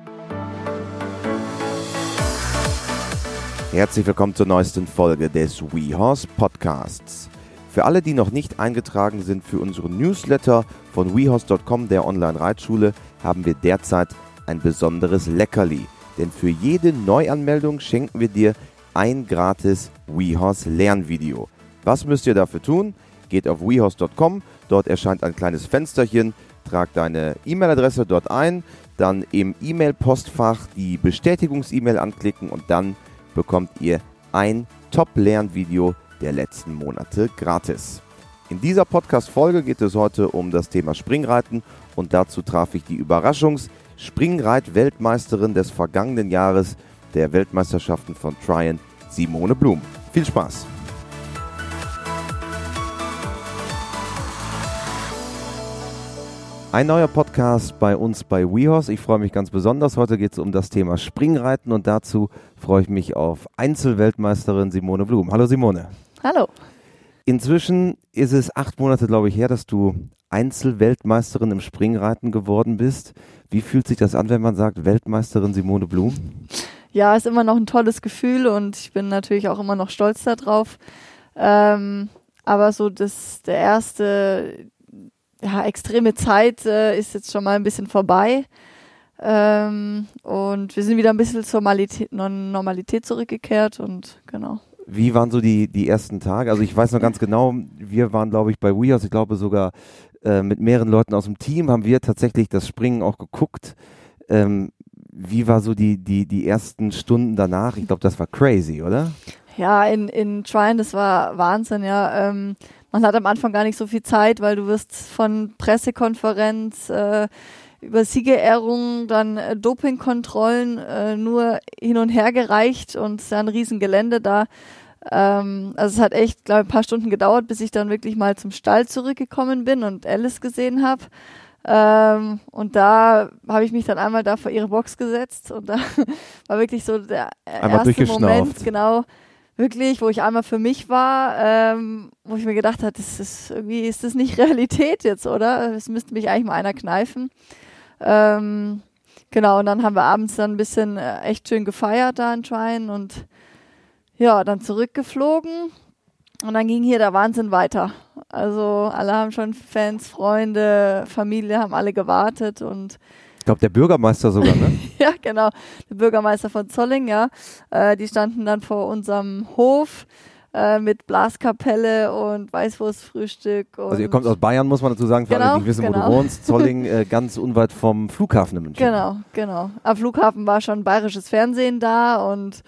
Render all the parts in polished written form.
Herzlich willkommen zur neuesten Folge des WeHorse Podcasts. Für alle, die noch nicht eingetragen sind für unseren Newsletter von wehorse.com, der Online-Reitschule, haben wir derzeit ein besonderes Leckerli. Denn für jede Neuanmeldung schenken wir dir ein gratis WeHorse Lernvideo. Was müsst ihr dafür tun? Geht auf wehorse.com, dort erscheint ein kleines Fensterchen, trag deine E-Mail-Adresse dort ein, dann im E-Mail-Postfach die Bestätigungs-E-Mail anklicken und dann bekommt ihr ein Top-Lernvideo der letzten Monate gratis. In dieser Podcast-Folge geht es heute um das Thema Springreiten und dazu traf ich die Springreit-Weltmeisterin des vergangenen Jahres der Weltmeisterschaften von Tryon, Simone Blum. Viel Spaß! Ein neuer Podcast bei uns bei WeHorse. Ich freue mich ganz besonders. Heute geht es um das Thema Springreiten und dazu freue ich mich auf Einzelweltmeisterin Simone Blum. Hallo Simone. Hallo. Inzwischen ist es 8 Monate, glaube ich, her, dass du Einzelweltmeisterin im Springreiten geworden bist. Wie fühlt sich das an, wenn man sagt Weltmeisterin Simone Blum? Ja, ist immer noch ein tolles Gefühl und ich bin natürlich auch immer noch stolz darauf. Aber so der erste extreme Zeit ist jetzt schon mal ein bisschen vorbei. Und wir sind wieder ein bisschen zur Normalität zurückgekehrt und genau. Wie waren so die ersten Tage? Also ich weiß noch ganz genau, wir waren, glaube ich, bei WeHorse, ich glaube sogar mit mehreren Leuten aus dem Team haben wir tatsächlich das Springen auch geguckt. Wie war so die ersten Stunden danach? Ich glaube, das war crazy, oder? Ja, in Tryon, das war Wahnsinn, ja. Man hat am Anfang gar nicht so viel Zeit, weil du wirst von Pressekonferenz über Siegerehrungen, dann Dopingkontrollen nur hin und her gereicht und es ist ja ein Riesengelände da. Also es hat echt, glaube ich, ein paar Stunden gedauert, bis ich dann wirklich mal zum Stall zurückgekommen bin und Alice gesehen habe. Und da habe ich mich dann einmal da vor ihre Box gesetzt und da war wirklich so der erste Moment, genau, wirklich, wo ich einmal für mich war, wo ich mir gedacht habe, ist das nicht Realität jetzt, oder? Es müsste mich eigentlich mal einer kneifen. Genau, und dann haben wir abends dann ein bisschen echt schön gefeiert da in Tryon und ja, dann zurückgeflogen und dann ging hier der Wahnsinn weiter. Also alle haben schon Fans, Freunde, Familie haben alle gewartet und ich glaube, der Bürgermeister sogar, ne? Ja, genau. Der Bürgermeister von Zolling, ja. Die standen dann vor unserem Hof mit Blaskapelle und Weißwurstfrühstück. Und also ihr kommt aus Bayern, muss man dazu sagen, für alle, die nicht wissen, wo du wohnst. Zolling, ganz unweit vom Flughafen in München. Genau. Am Flughafen war schon bayerisches Fernsehen da und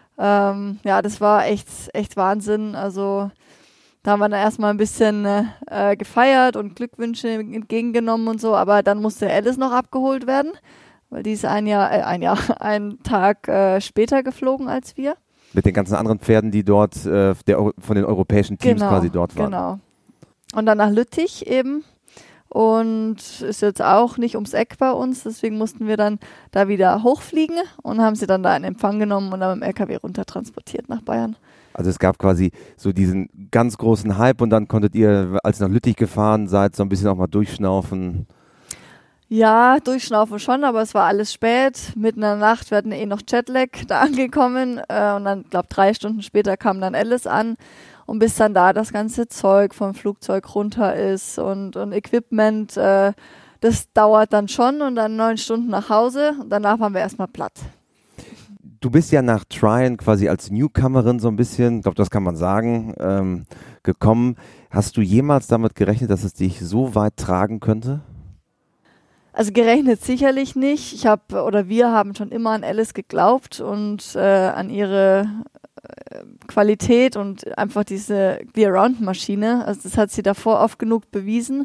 das war echt Wahnsinn. Also da haben wir dann erstmal ein bisschen gefeiert und Glückwünsche entgegengenommen und so, aber dann musste Alice noch abgeholt werden, weil die ist einen Tag später geflogen als wir. Mit den ganzen anderen Pferden, die dort von den europäischen Teams quasi dort waren. Genau. Und dann nach Lüttich eben. Und ist jetzt auch nicht ums Eck bei uns, deswegen mussten wir dann da wieder hochfliegen und haben sie dann da in Empfang genommen und dann mit dem LKW runtertransportiert nach Bayern. Also es gab quasi so diesen ganz großen Hype und dann konntet ihr, als ihr nach Lüttich gefahren seid, so ein bisschen auch mal durchschnaufen. Ja, durchschnaufen schon, aber es war alles spät. Mitten in der Nacht, wir hatten noch Jetlag da angekommen und dann, glaube 3 Stunden später kam dann Alice an. Und bis dann da das ganze Zeug vom Flugzeug runter ist und Equipment, das dauert dann schon und dann 9 Stunden nach Hause und danach waren wir erstmal platt. Du bist ja nach Tryon quasi als Newcomerin so ein bisschen, ich glaube, das kann man sagen, gekommen. Hast du jemals damit gerechnet, dass es dich so weit tragen könnte? Also gerechnet sicherlich nicht. Wir haben schon immer an Alice geglaubt und an ihre Qualität und einfach diese Clear-Round-Maschine. Also das hat sie davor oft genug bewiesen.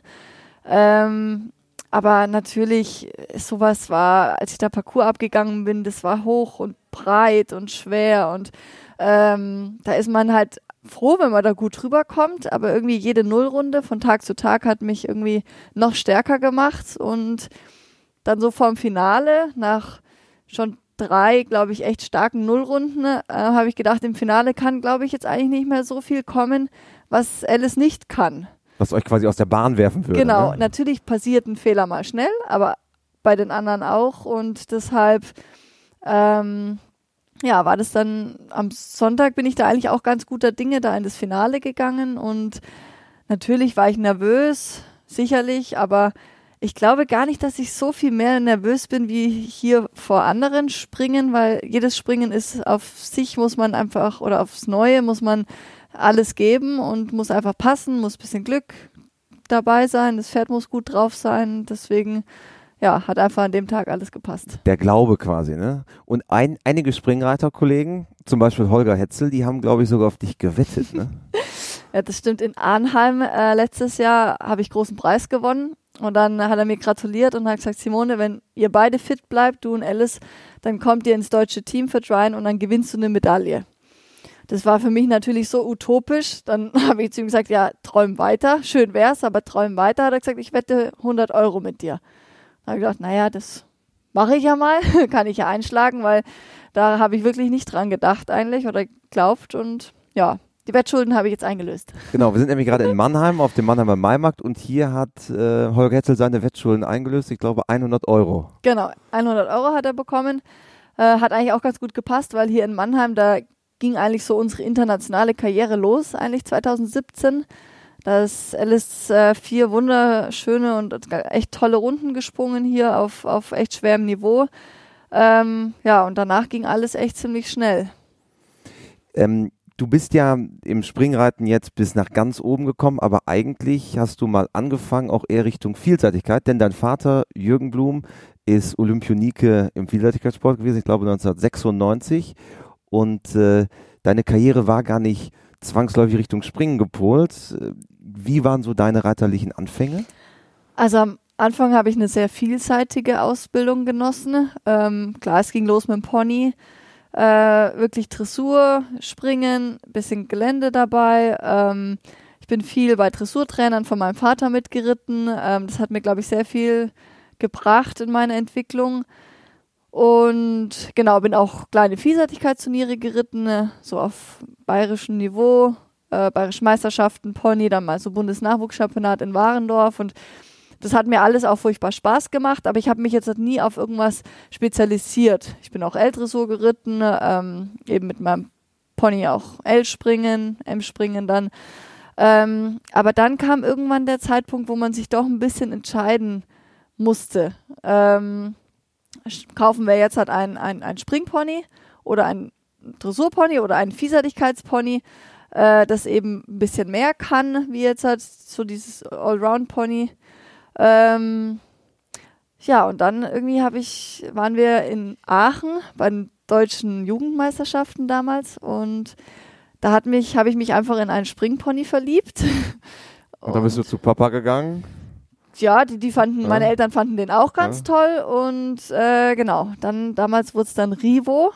Aber natürlich, sowas war, als ich da Parcours abgegangen bin, das war hoch und breit und schwer und da ist man halt froh, wenn man da gut rüberkommt, aber irgendwie jede Nullrunde von Tag zu Tag hat mich irgendwie noch stärker gemacht und dann so vorm Finale, nach schon 3, glaube ich, echt starken Nullrunden, habe ich gedacht, im Finale kann, glaube ich, jetzt eigentlich nicht mehr so viel kommen, was Alice nicht kann. Was euch quasi aus der Bahn werfen würde. Genau, ne? Natürlich passiert ein Fehler mal schnell, aber bei den anderen auch und deshalb war das dann am Sonntag bin ich da eigentlich auch ganz guter Dinge da in das Finale gegangen und natürlich war ich nervös, sicherlich, aber ich glaube gar nicht, dass ich so viel mehr nervös bin wie hier vor anderen Springen, weil jedes Springen ist auf sich muss man einfach oder aufs Neue muss man alles geben und muss einfach passen, muss ein bisschen Glück dabei sein, das Pferd muss gut drauf sein, deswegen hat einfach an dem Tag alles gepasst. Der Glaube quasi, ne? Und einige Springreiterkollegen, zum Beispiel Holger Hetzel, die haben, glaube ich, sogar auf dich gewettet, ne? Ja, das stimmt. In Arnheim letztes Jahr habe ich großen Preis gewonnen und dann hat er mir gratuliert und hat gesagt, Simone, wenn ihr beide fit bleibt, du und Alice, dann kommt ihr ins deutsche Team für Trine und dann gewinnst du eine Medaille. Das war für mich natürlich so utopisch. Dann habe ich zu ihm gesagt, ja, träum weiter, schön wär's, aber träum weiter. Hat er gesagt, ich wette 100 € mit dir. Da habe ich gedacht, naja, das mache ich ja mal, kann ich ja einschlagen, weil da habe ich wirklich nicht dran gedacht eigentlich oder geglaubt und ja, die Wettschulden habe ich jetzt eingelöst. Genau, wir sind nämlich gerade in Mannheim auf dem Mannheimer Maimarkt und hier hat Holger Hetzel seine Wettschulden eingelöst, ich glaube 100 €. Genau, 100 € hat er bekommen, hat eigentlich auch ganz gut gepasst, weil hier in Mannheim, da ging eigentlich so unsere internationale Karriere los, eigentlich 2017. Da ist Alice 4 wunderschöne und echt tolle Runden gesprungen hier auf echt schwerem Niveau. Und danach ging alles echt ziemlich schnell. Du bist ja im Springreiten jetzt bis nach ganz oben gekommen, aber eigentlich hast du mal angefangen, auch eher Richtung Vielseitigkeit, denn dein Vater Jürgen Blum ist Olympionike im Vielseitigkeitssport gewesen, ich glaube 1996 und deine Karriere war gar nicht zwangsläufig Richtung Springen gepolt. Wie waren so deine reiterlichen Anfänge? Also am Anfang habe ich eine sehr vielseitige Ausbildung genossen. Klar, es ging los mit dem Pony, wirklich Dressur, Springen, bisschen Gelände dabei. Ich bin viel bei Dressurtrainern von meinem Vater mitgeritten. Das hat mir, glaube ich, sehr viel gebracht in meiner Entwicklung. Und genau, bin auch kleine Vielseitigkeitsturniere geritten, so auf bayerischem Niveau, bayerische Meisterschaften, Pony, dann mal so Bundesnachwuchschampionat in Warendorf und das hat mir alles auch furchtbar Spaß gemacht, aber ich habe mich jetzt nie auf irgendwas spezialisiert. Ich bin auch L-Dressur geritten, eben mit meinem Pony auch L-Springen, M-Springen dann. Aber dann kam irgendwann der Zeitpunkt, wo man sich doch ein bisschen entscheiden musste. Kaufen wir jetzt halt ein Springpony oder ein Dressurpony oder ein Vielseitigkeitspony, das eben ein bisschen mehr kann, wie jetzt halt so dieses Allround-Pony. Und dann irgendwie waren wir in Aachen bei den deutschen Jugendmeisterschaften damals und da habe ich mich einfach in einen Springpony verliebt. Und dann bist du zu Papa gegangen? Ja, meine Eltern fanden den auch ganz toll und damals wurde es dann Rivo,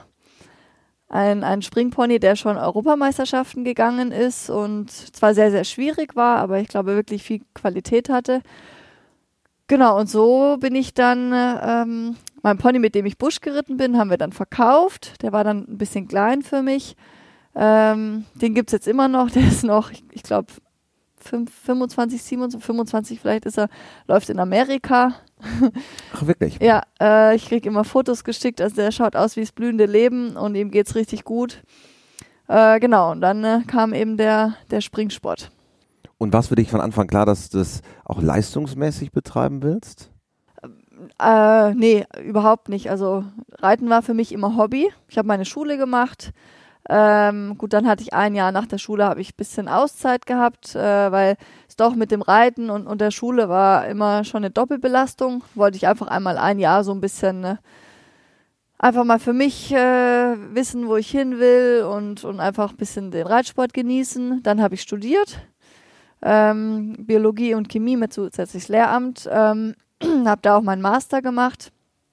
ein Springpony, der schon Europameisterschaften gegangen ist und zwar sehr, sehr schwierig war, aber ich glaube wirklich viel Qualität hatte. Genau, und so bin ich dann, mein Pony, mit dem ich Busch geritten bin, haben wir dann verkauft. Der war dann ein bisschen klein für mich. Den gibt's jetzt immer noch, der ist noch, ich glaube, 25, 27, 25 vielleicht läuft in Amerika. Ach, wirklich? Ja, ich kriege immer Fotos geschickt, also der schaut aus wie das blühende Leben und ihm geht's richtig gut. Und dann kam eben der Springsport. Und war es für dich von Anfang klar, dass du das auch leistungsmäßig betreiben willst? Nee, überhaupt nicht. Also Reiten war für mich immer Hobby. Ich habe meine Schule gemacht. Dann hatte ich ein Jahr nach der Schule habe ich ein bisschen Auszeit gehabt, weil es doch mit dem Reiten und der Schule war immer schon eine Doppelbelastung. Wollte ich einfach einmal ein Jahr so ein bisschen einfach mal für mich wissen, wo ich hin will und einfach ein bisschen den Reitsport genießen. Dann habe ich studiert, Biologie und Chemie mit zusätzliches Lehramt, habe da auch meinen Master gemacht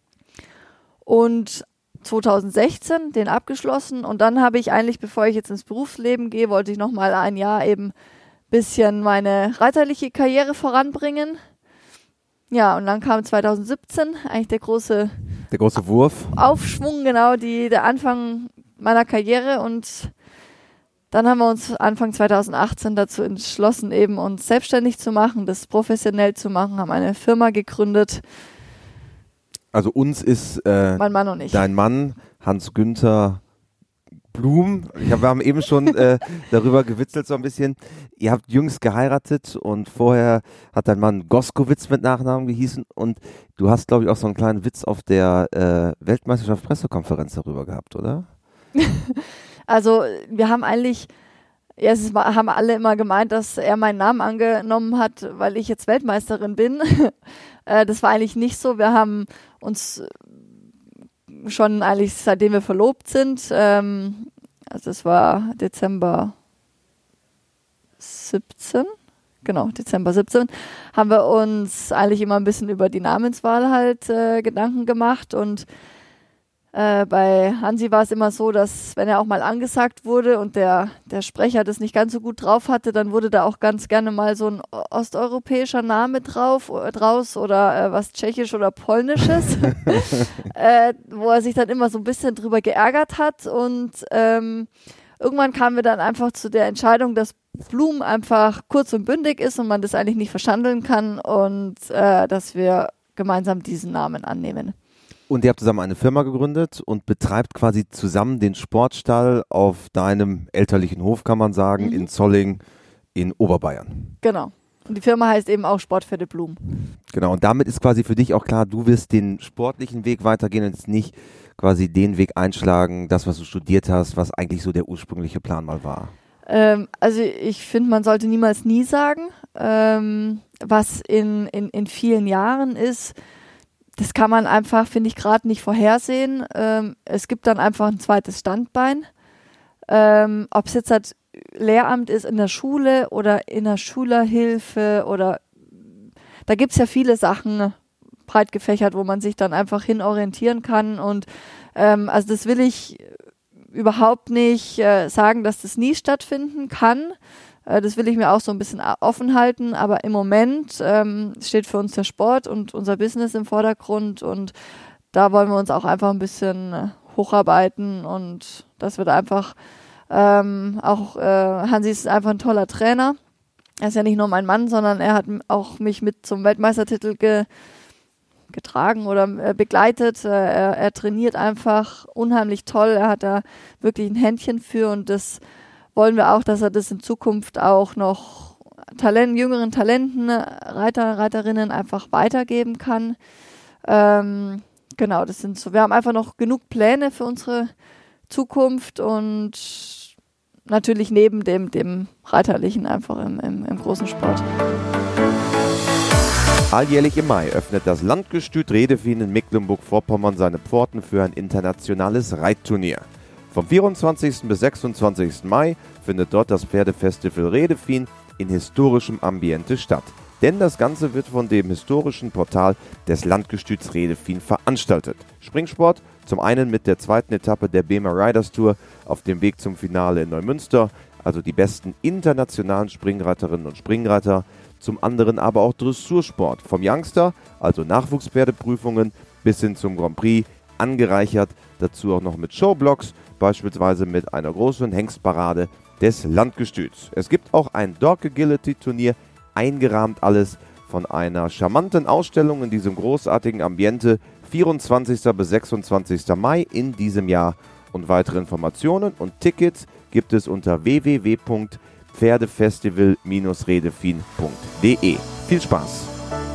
und 2016 den abgeschlossen und dann habe ich eigentlich, bevor ich jetzt ins Berufsleben gehe, wollte ich nochmal ein Jahr eben ein bisschen meine reiterliche Karriere voranbringen. Ja, und dann kam 2017 eigentlich der große Wurf. Aufschwung, genau, der Anfang meiner Karriere und dann haben wir uns Anfang 2018 dazu entschlossen, eben uns selbstständig zu machen, das professionell zu machen, haben eine Firma gegründet. Also uns ist mein Mann und ich. Dein Mann, Hans-Günther Blum. Wir haben eben schon darüber gewitzelt so ein bisschen. Ihr habt jüngst geheiratet und vorher hat dein Mann Goskowitz mit Nachnamen gehießen und du hast, glaube ich, auch so einen kleinen Witz auf der Weltmeisterschaft-Pressekonferenz darüber gehabt, oder? Also wir haben eigentlich, haben alle immer gemeint, dass er meinen Namen angenommen hat, weil ich jetzt Weltmeisterin bin. Das war eigentlich nicht so. Wir haben uns schon eigentlich, seitdem wir verlobt sind, also es war Dezember 17, genau, Dezember 17, haben wir uns eigentlich immer ein bisschen über die Namenswahl halt Gedanken gemacht und bei Hansi war es immer so, dass wenn er auch mal angesagt wurde und der Sprecher das nicht ganz so gut drauf hatte, dann wurde da auch ganz gerne mal so ein osteuropäischer Name draus oder was Tschechisch oder Polnisches, wo er sich dann immer so ein bisschen drüber geärgert hat und irgendwann kamen wir dann einfach zu der Entscheidung, dass Blum einfach kurz und bündig ist und man das eigentlich nicht verschandeln kann und dass wir gemeinsam diesen Namen annehmen. Und ihr habt zusammen eine Firma gegründet und betreibt quasi zusammen den Sportstall auf deinem elterlichen Hof, kann man sagen, in Zolling in Oberbayern. Genau. Und die Firma heißt eben auch Sportpferde Blum. Genau, und damit ist quasi für dich auch klar, du wirst den sportlichen Weg weitergehen und jetzt nicht quasi den Weg einschlagen, das, was du studiert hast, was eigentlich so der ursprüngliche Plan mal war. Also ich finde, man sollte niemals nie sagen, was in vielen Jahren ist. Das kann man einfach, finde ich, gerade nicht vorhersehen. Es gibt dann einfach ein zweites Standbein. Ob es jetzt halt Lehramt ist in der Schule oder in der Schülerhilfe oder da gibt es ja viele Sachen breit gefächert, wo man sich dann einfach hin orientieren kann. Und also das will ich überhaupt nicht sagen, dass das nie stattfinden kann. Das will ich mir auch so ein bisschen offen halten, aber im Moment steht für uns der Sport und unser Business im Vordergrund und da wollen wir uns auch einfach ein bisschen hocharbeiten und das wird einfach Hansi ist einfach ein toller Trainer. Er ist ja nicht nur mein Mann, sondern er hat auch mich mit zum Weltmeistertitel getragen oder begleitet. Er trainiert einfach unheimlich toll. Er hat da wirklich ein Händchen für und das wollen wir auch, dass er das in Zukunft auch noch jüngeren Talenten, Reiterinnen einfach weitergeben kann. Genau, das sind so. Wir haben einfach noch genug Pläne für unsere Zukunft und natürlich neben dem Reiterlichen einfach im großen Sport. Alljährlich im Mai öffnet das Landgestüt Redefien in Mecklenburg-Vorpommern seine Pforten für ein internationales Reitturnier. Vom 24. bis 26. Mai findet dort das Pferdefestival Redefien in historischem Ambiente statt. Denn das Ganze wird von dem historischen Portal des Landgestüts Redefien veranstaltet. Springsport, zum einen mit der zweiten Etappe der BEMA Riders Tour auf dem Weg zum Finale in Neumünster, also die besten internationalen Springreiterinnen und Springreiter, zum anderen aber auch Dressursport, vom Youngster, also Nachwuchspferdeprüfungen, bis hin zum Grand Prix, angereichert, dazu auch noch mit Showblocks, beispielsweise mit einer großen Hengstparade des Landgestüts. Es gibt auch ein Dog Agility Turnier, eingerahmt alles von einer charmanten Ausstellung in diesem großartigen Ambiente, 24. bis 26. Mai in diesem Jahr. Und weitere Informationen und Tickets gibt es unter www.pferdefestival-redefien.de. Viel Spaß!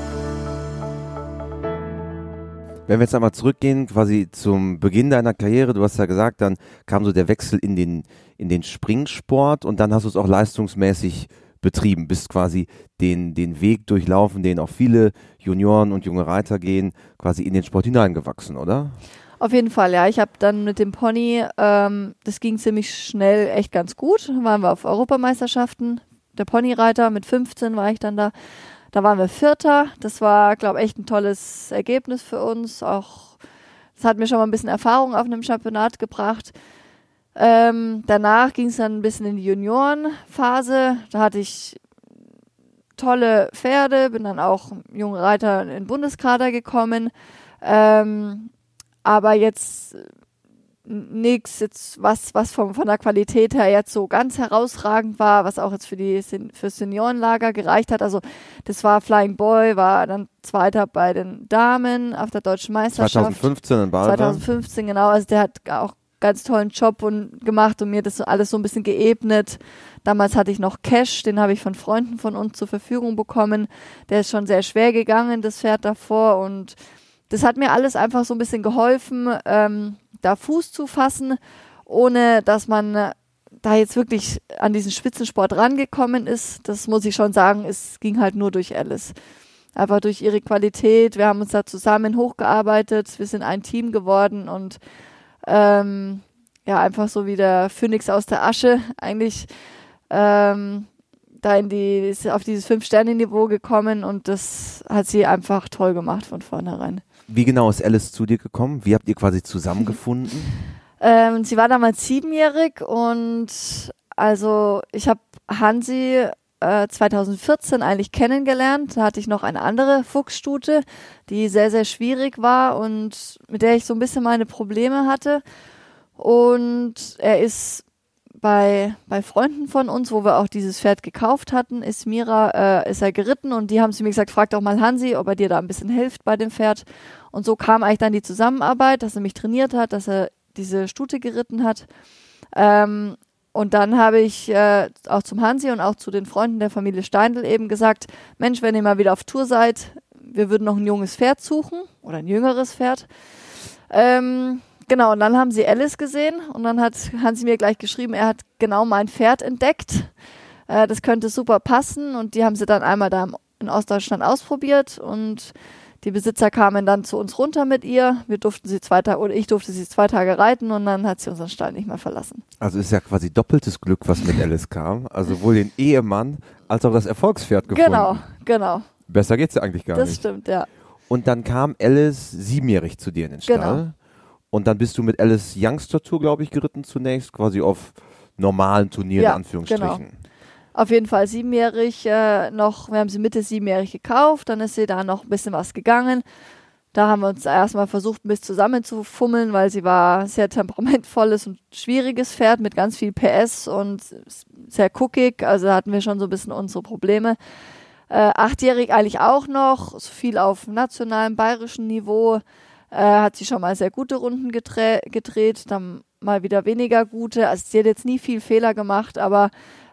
Wenn wir jetzt einmal zurückgehen, quasi zum Beginn deiner Karriere, du hast ja gesagt, dann kam so der Wechsel in den Springsport und dann hast du es auch leistungsmäßig betrieben, bist quasi den Weg durchlaufen, den auch viele Junioren und junge Reiter gehen, quasi in den Sport hineingewachsen, oder? Auf jeden Fall, ja. Ich habe dann mit dem Pony, das ging ziemlich schnell echt ganz gut. Dann waren wir auf Europameisterschaften, der Ponyreiter, mit 15 war ich dann da. Da waren wir Vierter. Das war, glaube ich, echt ein tolles Ergebnis für uns. Auch das hat mir schon mal ein bisschen Erfahrung auf einem Championat gebracht. Danach ging es dann ein bisschen in die Juniorenphase. Da hatte ich tolle Pferde, bin dann auch junge Reiter in den Bundeskader gekommen. Aber jetzt nichts jetzt, was von der Qualität her jetzt so ganz herausragend war, was auch jetzt für Seniorenlager gereicht hat. Also das war Flying Boy, war dann Zweiter bei den Damen auf der Deutschen Meisterschaft. 2015 in Basel. 2015, genau. Also der hat auch ganz tollen Job gemacht und mir das so alles so ein bisschen geebnet. Damals hatte ich noch Cash, den habe ich von Freunden von uns zur Verfügung bekommen. Der ist schon sehr schwer gegangen, das Pferd davor, und das hat mir alles einfach so ein bisschen geholfen, da Fuß zu fassen, ohne dass man da jetzt wirklich an diesen Spitzensport rangekommen ist. Das muss ich schon sagen, es ging halt nur durch Alice. Einfach durch ihre Qualität. Wir haben uns da zusammen hochgearbeitet, wir sind ein Team geworden und einfach so wie der Phönix aus der Asche eigentlich da ist auf dieses 5-Sterne-Niveau gekommen, und das hat sie einfach toll gemacht von vornherein. Wie genau ist Alice zu dir gekommen? Wie habt ihr quasi zusammengefunden? Sie war damals 7-jährig, und also ich habe Hansi 2014 eigentlich kennengelernt. Da hatte ich noch eine andere Fuchsstute, die sehr, sehr schwierig war und mit der ich so ein bisschen meine Probleme hatte. Und er ist bei Freunden von uns, wo wir auch dieses Pferd gekauft hatten, ist er geritten, und die haben zu mir gesagt, frag doch mal Hansi, ob er dir da ein bisschen hilft bei dem Pferd. Und so kam eigentlich dann die Zusammenarbeit, dass er mich trainiert hat, dass er diese Stute geritten hat. Und dann habe ich auch zum Hansi und auch zu den Freunden der Familie Steindl eben gesagt, Mensch, wenn ihr mal wieder auf Tour seid, wir würden noch ein junges Pferd suchen oder ein jüngeres Pferd. Genau, und dann haben sie Alice gesehen, und dann hat Hansi mir gleich geschrieben, er hat genau mein Pferd entdeckt. Das könnte super passen, und die haben sie dann einmal da in Ostdeutschland ausprobiert, und die Besitzer kamen dann zu uns runter mit ihr. Ich durfte sie 2 Tage reiten, und dann hat sie unseren Stall nicht mehr verlassen. Also ist ja quasi doppeltes Glück, was mit Alice kam. Also sowohl den Ehemann als auch das Erfolgspferd gefunden. Genau. Besser geht's ja eigentlich gar nicht. Das stimmt, ja. Und dann kam Alice 7-jährig zu dir in den Stall. Genau. Und dann bist du mit Alice Youngster Tour, glaube ich, geritten zunächst, quasi auf normalen Turnieren, in Anführungsstrichen. Genau. Auf jeden Fall 7-jährig wir haben sie Mitte 7-jährig gekauft, dann ist sie da noch ein bisschen was gegangen. Da haben wir uns erstmal versucht, ein bisschen zusammenzufummeln, weil sie war sehr temperamentvolles und schwieriges Pferd mit ganz viel PS und sehr guckig, also da hatten wir schon so ein bisschen unsere Probleme. 8-jährig eigentlich auch noch, so viel auf nationalem, bayerischen Niveau, hat sie schon mal sehr gute Runden gedreht, dann mal wieder weniger gute, also sie hat jetzt nie viel Fehler gemacht, aber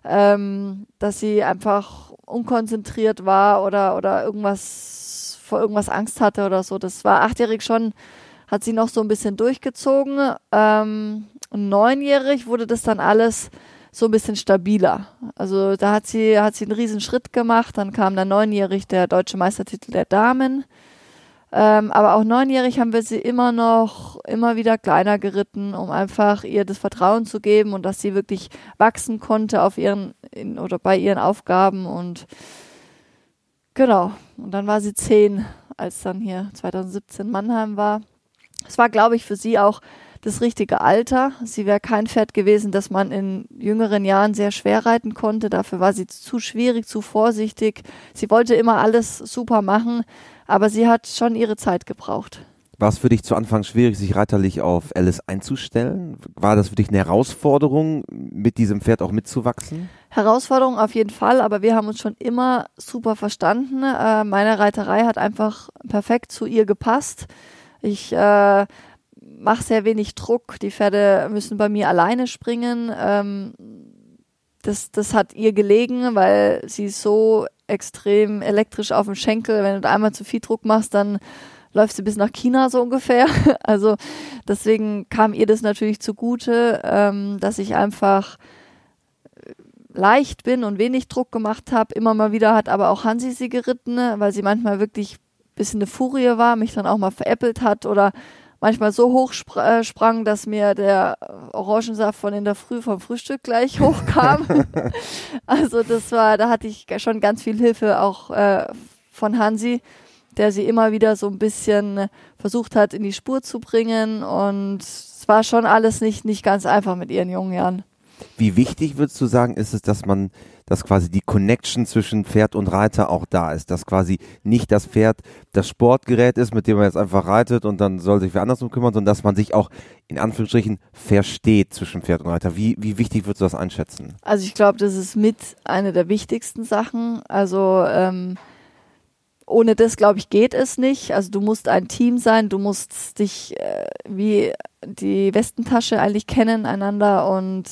dass sie einfach unkonzentriert war oder vor irgendwas Angst hatte oder so. Das war 8-jährig schon, hat sie noch so ein bisschen durchgezogen. 9-jährig wurde das dann alles so ein bisschen stabiler. Also da hat sie einen riesen Schritt gemacht. Dann kam dann 9-jährig der deutsche Meistertitel der Damen. Aber auch 9-jährig haben wir sie immer wieder kleiner geritten, um einfach ihr das Vertrauen zu geben und dass sie wirklich wachsen konnte bei ihren Aufgaben, und genau. Und dann war sie 10, als dann hier 2017 Mannheim war. Es war, glaube ich, für sie auch das richtige Alter. Sie wäre kein Pferd gewesen, das man in jüngeren Jahren sehr schwer reiten konnte. Dafür war sie zu schwierig, zu vorsichtig. Sie wollte immer alles super machen, aber sie hat schon ihre Zeit gebraucht. War es für dich zu Anfang schwierig, sich reiterlich auf Alice einzustellen? War das für dich eine Herausforderung, mit diesem Pferd auch mitzuwachsen? Herausforderung auf jeden Fall, aber wir haben uns schon immer super verstanden. Meine Reiterei hat einfach perfekt zu ihr gepasst. Ich mache sehr wenig Druck. Die Pferde müssen bei mir alleine springen. Das hat ihr gelegen, weil sie ist so extrem elektrisch auf dem Schenkel. Wenn du da einmal zu viel Druck machst, dann läuft sie bis nach China so ungefähr. Also deswegen kam ihr das natürlich zugute, dass ich einfach leicht bin und wenig Druck gemacht habe. Immer mal wieder hat aber auch Hansi sie geritten, weil sie manchmal wirklich ein bisschen eine Furie war, mich dann auch mal veräppelt hat oder manchmal so hoch sprang, dass mir der Orangensaft von in der Früh vom Frühstück gleich hochkam. Also da hatte ich schon ganz viel Hilfe auch von Hansi, der sie immer wieder so ein bisschen versucht hat, in die Spur zu bringen. Und es war schon alles nicht ganz einfach mit ihren jungen Jahren. Wie wichtig würdest du sagen, ist es, dass quasi die Connection zwischen Pferd und Reiter auch da ist, dass quasi nicht das Pferd das Sportgerät ist, mit dem man jetzt einfach reitet und dann soll sich wer anders drum kümmern, sondern dass man sich auch in Anführungsstrichen versteht zwischen Pferd und Reiter. Wie wichtig würdest du das einschätzen? Also ich glaube, das ist mit eine der wichtigsten Sachen. Also ohne das, glaube ich, geht es nicht. Also du musst ein Team sein, du musst dich wie die Westentasche eigentlich kennen einander und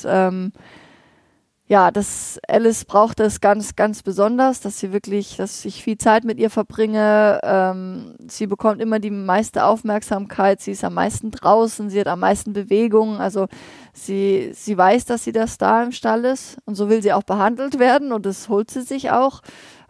Alice braucht das ganz, ganz besonders, dass ich viel Zeit mit ihr verbringe. Sie bekommt immer die meiste Aufmerksamkeit, sie ist am meisten draußen, sie hat am meisten Bewegung. Also sie weiß, dass sie der Star im Stall ist und so will sie auch behandelt werden und das holt sie sich auch.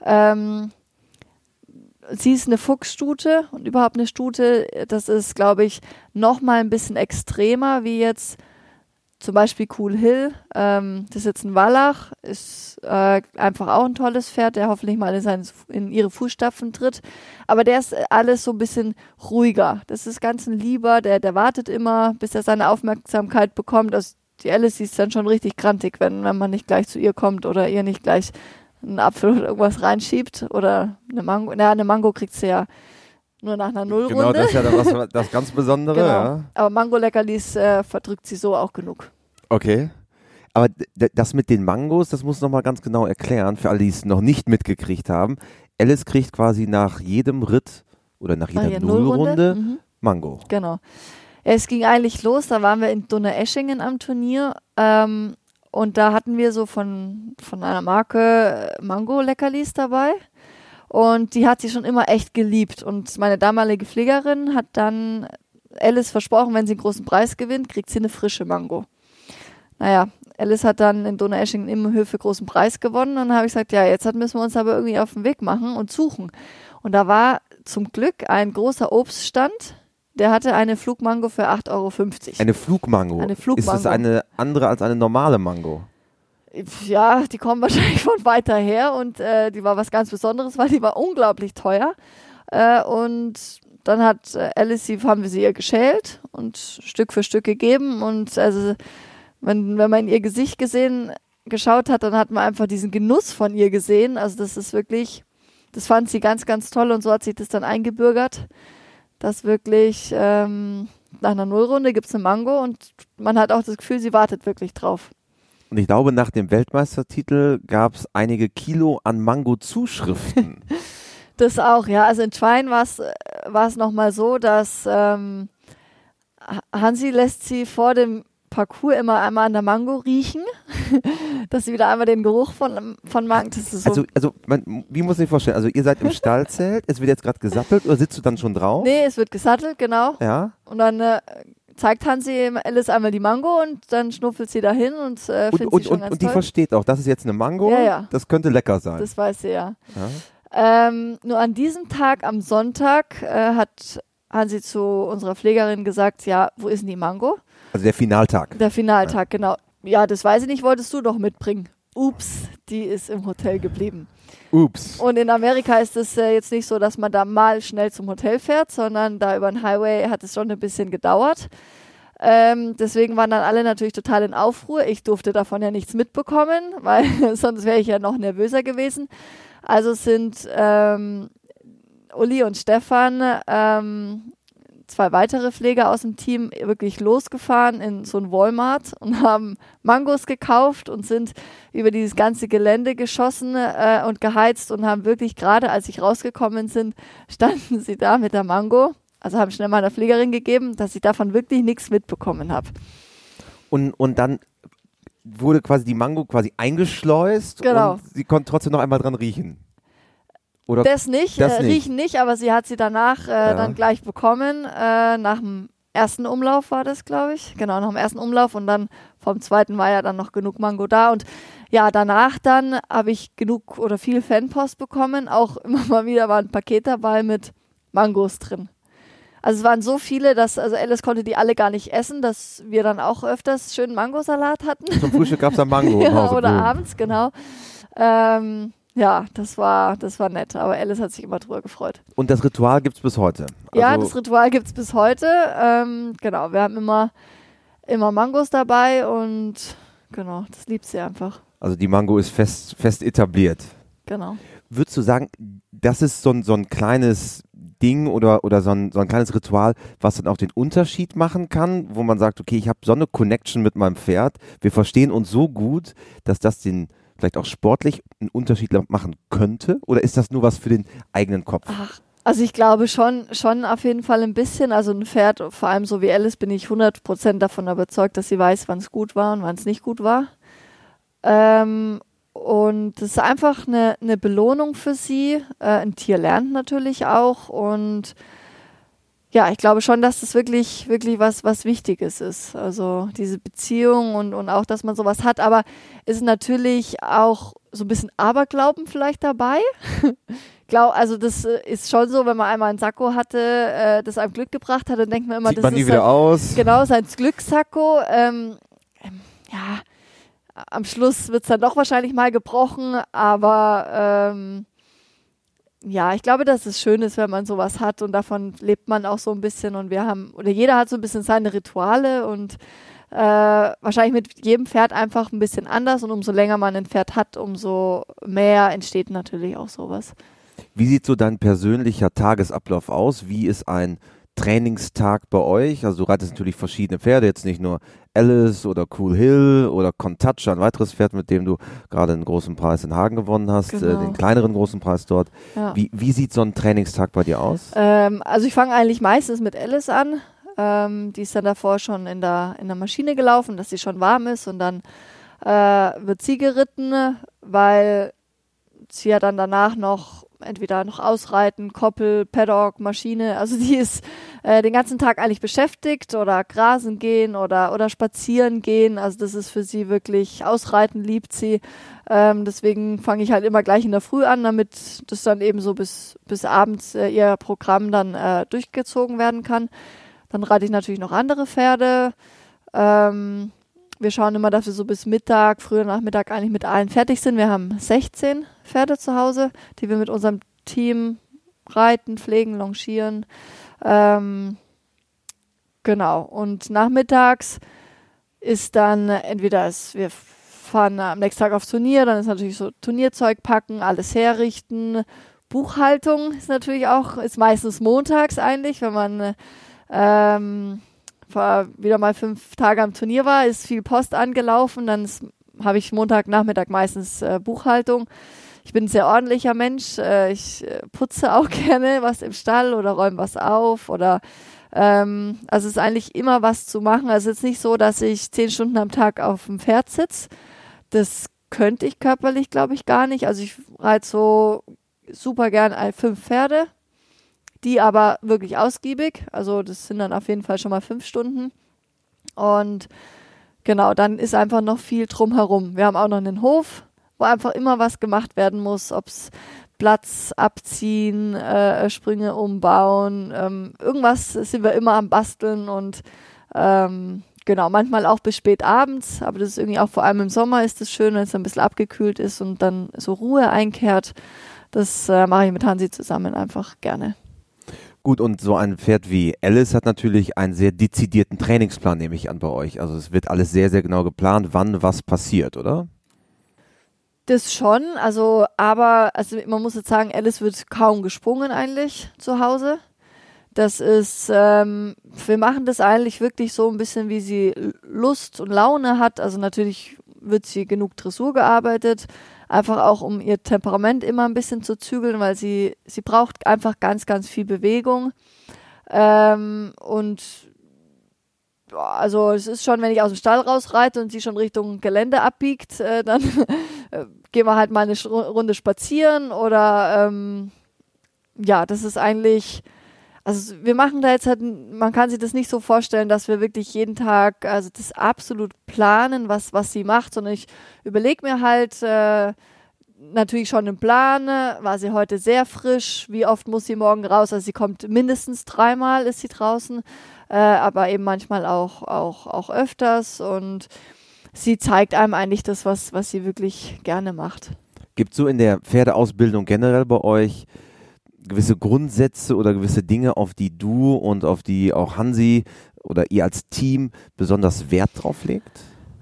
Sie ist eine Fuchsstute und überhaupt eine Stute, das ist, glaube ich, noch mal ein bisschen extremer, wie jetzt zum Beispiel Cool Hill. Das ist jetzt ein Wallach, ist einfach auch ein tolles Pferd, der hoffentlich mal in ihre Fußstapfen tritt. Aber der ist alles so ein bisschen ruhiger. Das ist ganz ein Lieber, der wartet immer, bis er seine Aufmerksamkeit bekommt. Also die Alice ist dann schon richtig grantig, wenn man nicht gleich zu ihr kommt oder ihr nicht gleich einen Apfel oder irgendwas reinschiebt oder eine Mango. Naja, eine Mango kriegt sie ja nur nach einer Nullrunde. Genau, das ist ja dann das ganz Besondere. Genau. Ja. Aber Mango-Leckerlis verdrückt sie so auch genug. Okay. Aber das mit den Mangos, das muss nochmal ganz genau erklären, für alle, die es noch nicht mitgekriegt haben. Alice kriegt quasi nach jedem Ritt oder nach jeder Nullrunde Mango. Genau. Ja, es ging eigentlich los, da waren wir in Donaueschingen am Turnier und da hatten wir so von einer Marke Mango-Leckerlis dabei und die hat sie schon immer echt geliebt und meine damalige Pflegerin hat dann Alice versprochen, wenn sie einen großen Preis gewinnt, kriegt sie eine frische Mango. Naja, Alice hat dann in Donaueschingen im Höfe großen Preis gewonnen und dann habe ich gesagt, ja, jetzt müssen wir uns aber irgendwie auf den Weg machen und suchen. Und da war zum Glück ein großer Obststand, der hatte eine Flugmango für 8,50 Euro. Eine Flugmango? Eine Flugmango. Ist das eine andere als eine normale Mango? Ja, die kommen wahrscheinlich von weiter her und die war was ganz Besonderes, weil die war unglaublich teuer. Und dann haben wir sie ihr geschält und Stück für Stück gegeben und also wenn man in ihr Gesicht geschaut hat, dann hat man einfach diesen Genuss von ihr gesehen. Also das ist wirklich, das fand sie ganz, ganz toll und so hat sich das dann eingebürgert, dass wirklich nach einer Nullrunde gibt es eine Mango und man hat auch das Gefühl, sie wartet wirklich drauf. Und ich glaube, nach dem Weltmeistertitel gab es einige Kilo an Mango-Zuschriften. Das auch, ja. Also in Schwein war es nochmal so, dass Hansi lässt sie vor dem Parcours immer einmal an der Mango riechen, dass sie wieder einmal den Geruch von Mango. Das ist so. Wie muss ich mir vorstellen? Also ihr seid im Stallzelt, es wird jetzt gerade gesattelt oder sitzt du dann schon drauf? Nee, es wird gesattelt, genau. Ja. Und dann zeigt Hansi Alice einmal die Mango und dann schnuffelt sie dahin und findet sie schon ganz toll. Und die versteht auch, das ist jetzt eine Mango, ja. Das könnte lecker sein. Das weiß sie ja. Nur an diesem Tag, am Sonntag, hat Hansi zu unserer Pflegerin gesagt, ja, wo ist denn die Mango? Also der Finaltag. Der Finaltag, genau. Ja, das weiß ich nicht, wolltest du doch mitbringen. Ups, die ist im Hotel geblieben. Ups. Und in Amerika ist es jetzt nicht so, dass man da mal schnell zum Hotel fährt, sondern da über den Highway hat es schon ein bisschen gedauert. Deswegen waren dann alle natürlich total in Aufruhr. Ich durfte davon ja nichts mitbekommen, weil sonst wäre ich ja noch nervöser gewesen. Also sind Uli und Stefan, zwei weitere Pfleger aus dem Team, wirklich losgefahren in so ein Walmart und haben Mangos gekauft und sind über dieses ganze Gelände geschossen und geheizt und haben wirklich, gerade als ich rausgekommen sind, standen sie da mit der Mango, also haben schnell meiner Pflegerin gegeben, dass ich davon wirklich nichts mitbekommen habe. Und dann wurde quasi die Mango quasi eingeschleust genau. Und sie konnte trotzdem noch einmal dran riechen. Oder das nicht, riechen nicht, aber sie hat sie danach dann gleich bekommen. Nach dem ersten Umlauf war das, glaube ich. Genau, nach dem ersten Umlauf und dann vom zweiten war ja dann noch genug Mango da. Und ja, danach dann habe ich genug oder viel Fanpost bekommen. Auch immer mal wieder war ein Paket dabei mit Mangos drin. Also es waren so viele, dass Alice konnte die alle gar nicht essen, dass wir dann auch öfters schönen Mangosalat hatten. Zum Frühstück gab es dann Mango im Hause. Oder abends, genau. Ja, das war nett, aber Alice hat sich immer drüber gefreut. Und das Ritual gibt es bis heute? Ja, das Ritual gibt es bis heute. Genau, wir haben immer Mangos dabei und genau, das liebt sie einfach. Also die Mango ist fest etabliert. Genau. Würdest du sagen, das ist so ein kleines Ding oder so ein kleines Ritual, was dann auch den Unterschied machen kann, wo man sagt, okay, ich habe so eine Connection mit meinem Pferd, wir verstehen uns so gut, dass das den vielleicht auch sportlich einen Unterschied machen könnte? Oder ist das nur was für den eigenen Kopf? Ach, also ich glaube schon auf jeden Fall ein bisschen. Also ein Pferd, vor allem so wie Alice, bin ich 100% davon überzeugt, dass sie weiß, wann es gut war und wann es nicht gut war. Und das ist einfach eine Belohnung für sie. Ein Tier lernt natürlich auch. Und ja, ich glaube schon, dass das wirklich was Wichtiges ist. Also diese Beziehung und auch, dass man sowas hat. Aber ist natürlich auch so ein bisschen Aberglauben vielleicht dabei. Also das ist schon so, wenn man einmal einen Sakko hatte, das einem Glück gebracht hat, dann denkt man immer, Sieht das man ist nie wieder aus. Genau, sein Glückssakko. Ja, am Schluss wird es dann doch wahrscheinlich mal gebrochen, aber ja, ich glaube, dass es schön ist, wenn man sowas hat und davon lebt man auch so ein bisschen und jeder hat so ein bisschen seine Rituale und wahrscheinlich mit jedem Pferd einfach ein bisschen anders und umso länger man ein Pferd hat, umso mehr entsteht natürlich auch sowas. Wie sieht so dein persönlicher Tagesablauf aus? Wie ist ein Trainingstag bei euch? Also du reitest natürlich verschiedene Pferde, jetzt nicht nur Alice oder Cool Hill oder Contouch, ein weiteres Pferd, mit dem du gerade einen großen Preis in Hagen gewonnen hast, genau. Den kleineren großen Preis dort. Ja. Wie sieht so ein Trainingstag bei dir aus? Also ich fange eigentlich meistens mit Alice an. Die ist dann davor schon in der Maschine gelaufen, dass sie schon warm ist und dann wird sie geritten, weil sie ja dann danach entweder noch ausreiten, Koppel, Paddock, Maschine, also die ist den ganzen Tag eigentlich beschäftigt oder grasen gehen oder spazieren gehen, also das ist für sie wirklich, ausreiten liebt sie, deswegen fange ich halt immer gleich in der Früh an, damit das dann eben so bis abends ihr Programm dann durchgezogen werden kann. Dann reite ich natürlich noch andere Pferde, wir schauen immer, dass wir so bis Mittag, früher Nachmittag eigentlich mit allen fertig sind. Wir haben 16 Pferde zu Hause, die wir mit unserem Team reiten, pflegen, longieren. Genau. Und nachmittags ist dann wir fahren am nächsten Tag aufs Turnier, dann ist natürlich so Turnierzeug packen, alles herrichten. Buchhaltung ist meistens montags eigentlich, wenn man wieder mal 5 Tage am Turnier war, ist viel Post angelaufen, dann habe ich Montagnachmittag meistens Buchhaltung. Ich bin ein sehr ordentlicher Mensch, ich putze auch gerne was im Stall oder räume was auf oder also es ist eigentlich immer was zu machen. Also es ist nicht so, dass ich 10 Stunden am Tag auf dem Pferd sitze. Das könnte ich körperlich, glaube ich, gar nicht. Also ich reite so super gern 5 Pferde. Die aber wirklich ausgiebig, also das sind dann auf jeden Fall schon mal 5 Stunden und genau, dann ist einfach noch viel drumherum. Wir haben auch noch einen Hof, wo einfach immer was gemacht werden muss, ob es Platz abziehen, Sprünge umbauen, irgendwas sind wir immer am Basteln und genau, manchmal auch bis spät abends, aber das ist irgendwie auch vor allem im Sommer ist es schön, wenn es ein bisschen abgekühlt ist und dann so Ruhe einkehrt. Das mache ich mit Hansi zusammen einfach gerne. Gut, und so ein Pferd wie Alice hat natürlich einen sehr dezidierten Trainingsplan, nehme ich an, bei euch. Also es wird alles sehr, sehr genau geplant, wann was passiert, oder? Das schon, aber man muss jetzt sagen, Alice wird kaum gesprungen eigentlich zu Hause. Das ist, wir machen das eigentlich wirklich so ein bisschen, wie sie Lust und Laune hat. Also natürlich wird sie genug Dressur gearbeitet, einfach auch um ihr Temperament immer ein bisschen zu zügeln, weil sie braucht einfach ganz, ganz viel Bewegung. Und also es ist schon, wenn ich aus dem Stall rausreite und sie schon Richtung Gelände abbiegt, dann gehen wir halt mal eine Runde spazieren oder ja, das ist eigentlich, also wir machen da jetzt halt, man kann sich das nicht so vorstellen, dass wir wirklich jeden Tag, also das absolut planen, was sie macht, sondern ich überlege mir halt natürlich schon einen Plan, war sie heute sehr frisch, wie oft muss sie morgen raus, also sie kommt mindestens 3-mal ist sie draußen, aber eben manchmal auch öfters und sie zeigt einem eigentlich das, was sie wirklich gerne macht. Gibt es so in der Pferdeausbildung generell bei euch gewisse Grundsätze oder gewisse Dinge, auf die du und auf die auch Hansi oder ihr als Team besonders Wert drauf legt?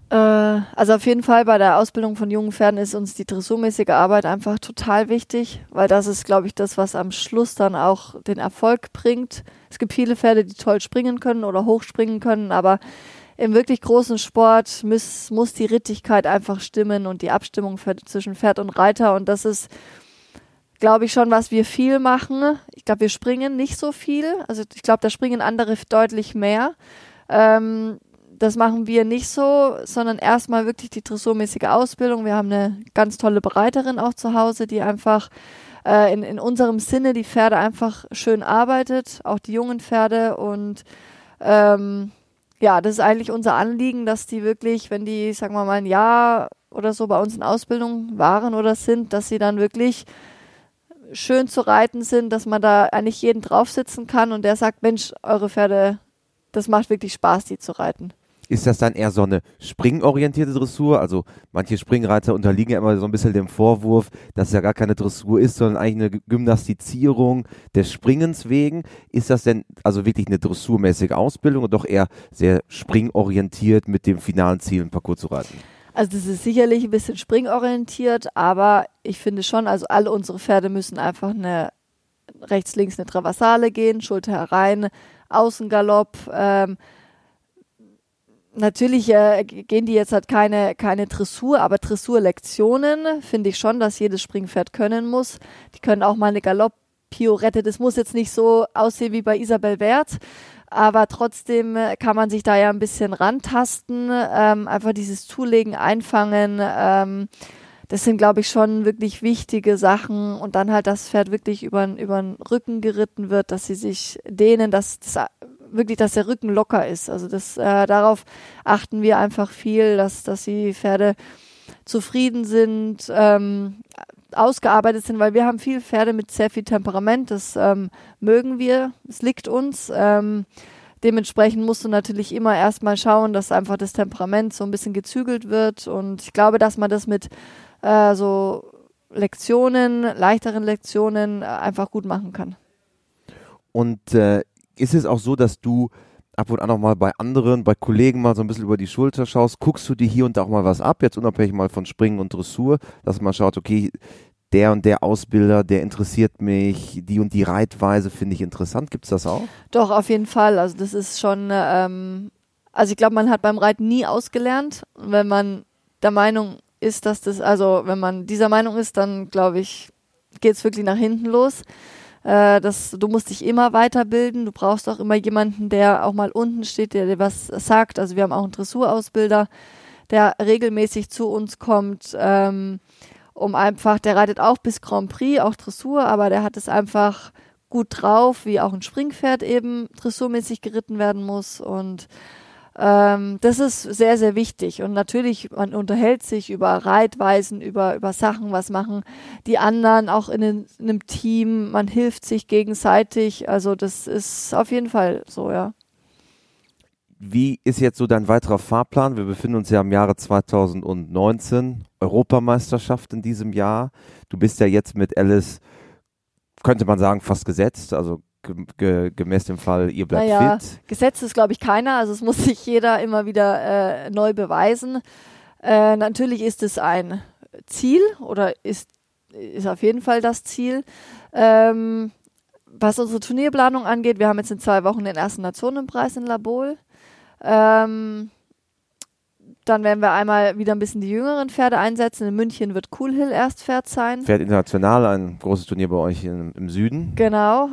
Also auf jeden Fall bei der Ausbildung von jungen Pferden ist uns die dressurmäßige Arbeit einfach total wichtig, weil das ist, glaube ich, das, was am Schluss dann auch den Erfolg bringt. Es gibt viele Pferde, die toll springen können oder hochspringen können, aber im wirklich großen Sport muss die Rittigkeit einfach stimmen und die Abstimmung zwischen Pferd und Reiter, und das ist, glaube ich, schon, was wir viel machen. Ich glaube, wir springen nicht so viel, also ich glaube, da springen andere deutlich mehr. Das machen wir nicht so, sondern erstmal wirklich die dressurmäßige Ausbildung. Wir haben eine ganz tolle Bereiterin auch zu Hause, die einfach in unserem Sinne die Pferde einfach schön arbeitet, auch die jungen Pferde. Und das ist eigentlich unser Anliegen, dass die wirklich, wenn die, sagen wir mal, ein Jahr oder so bei uns in Ausbildung waren oder sind, dass sie dann wirklich schön zu reiten sind, dass man da eigentlich jeden drauf sitzen kann und der sagt, Mensch, eure Pferde, das macht wirklich Spaß, die zu reiten. Ist das dann eher so eine springorientierte Dressur? Also manche Springreiter unterliegen ja immer so ein bisschen dem Vorwurf, dass es ja gar keine Dressur ist, sondern eigentlich eine Gymnastizierung des Springens wegen. Ist das denn also wirklich eine dressurmäßige Ausbildung und doch eher sehr springorientiert mit dem finalen Ziel, ein Parcours zu reiten? Also das ist sicherlich ein bisschen springorientiert, aber ich finde schon, also alle unsere Pferde müssen einfach rechts, links eine Traversale gehen, Schulter herein, Außengalopp, natürlich gehen die jetzt halt keine Dressur, aber Dressurlektionen finde ich schon, dass jedes Springpferd können muss. Die können auch mal eine Galopp-Piorette, das muss jetzt nicht so aussehen wie bei Isabel Werth, aber trotzdem kann man sich da ja ein bisschen rantasten, einfach dieses Zulegen, Einfangen, das sind, glaube ich, schon wirklich wichtige Sachen, und dann halt das Pferd wirklich über den Rücken geritten wird, dass sie sich dehnen, dass der Rücken locker ist. Also darauf achten wir einfach viel, dass die Pferde zufrieden sind, ausgearbeitet sind, weil wir haben viele Pferde mit sehr viel Temperament, das mögen wir, es liegt uns. Dementsprechend musst du natürlich immer erstmal schauen, dass einfach das Temperament so ein bisschen gezügelt wird, und ich glaube, dass man das mit so leichteren Lektionen einfach gut machen kann. Und ist es auch so, dass du ab und an auch mal bei Kollegen mal so ein bisschen über die Schulter schaust? Guckst du dir hier und da auch mal was ab, jetzt unabhängig mal von Springen und Dressur, dass man schaut, okay, der und der Ausbilder, der interessiert mich, die und die Reitweise finde ich interessant. Gibt es das auch? Doch, auf jeden Fall. Also das ist schon, also ich glaube, man hat beim Reiten nie ausgelernt. Wenn man der Meinung ist, wenn man dieser Meinung ist, dann glaube ich, geht es wirklich nach hinten los. Du musst dich immer weiterbilden, du brauchst auch immer jemanden, der auch mal unten steht, der dir was sagt. Also wir haben auch einen Dressurausbilder, der regelmäßig zu uns kommt, der reitet auch bis Grand Prix, auch Dressur, aber der hat es einfach gut drauf, wie auch ein Springpferd eben dressurmäßig geritten werden muss, und das ist sehr, sehr wichtig. Und natürlich, man unterhält sich über Reitweisen, über Sachen, was machen die anderen, auch in einem Team. Man hilft sich gegenseitig. Also das ist auf jeden Fall so, ja. Wie ist jetzt so dein weiterer Fahrplan? Wir befinden uns ja im Jahre 2019, Europameisterschaft in diesem Jahr. Du bist ja jetzt mit Alice, könnte man sagen, fast gesetzt, also gemäß dem Fall, ihr bleibt fit. Gesetzt ist, glaube ich, keiner. Also es muss sich jeder immer wieder neu beweisen. Natürlich ist es ein Ziel oder ist auf jeden Fall das Ziel. Was unsere Turnierplanung angeht, wir haben jetzt in 2 Wochen den ersten Nationenpreis in La Baule. Dann werden wir einmal wieder ein bisschen die jüngeren Pferde einsetzen. In München wird Cool Hill Erstpferd sein. Pferd international, ein großes Turnier bei euch im Süden. Genau.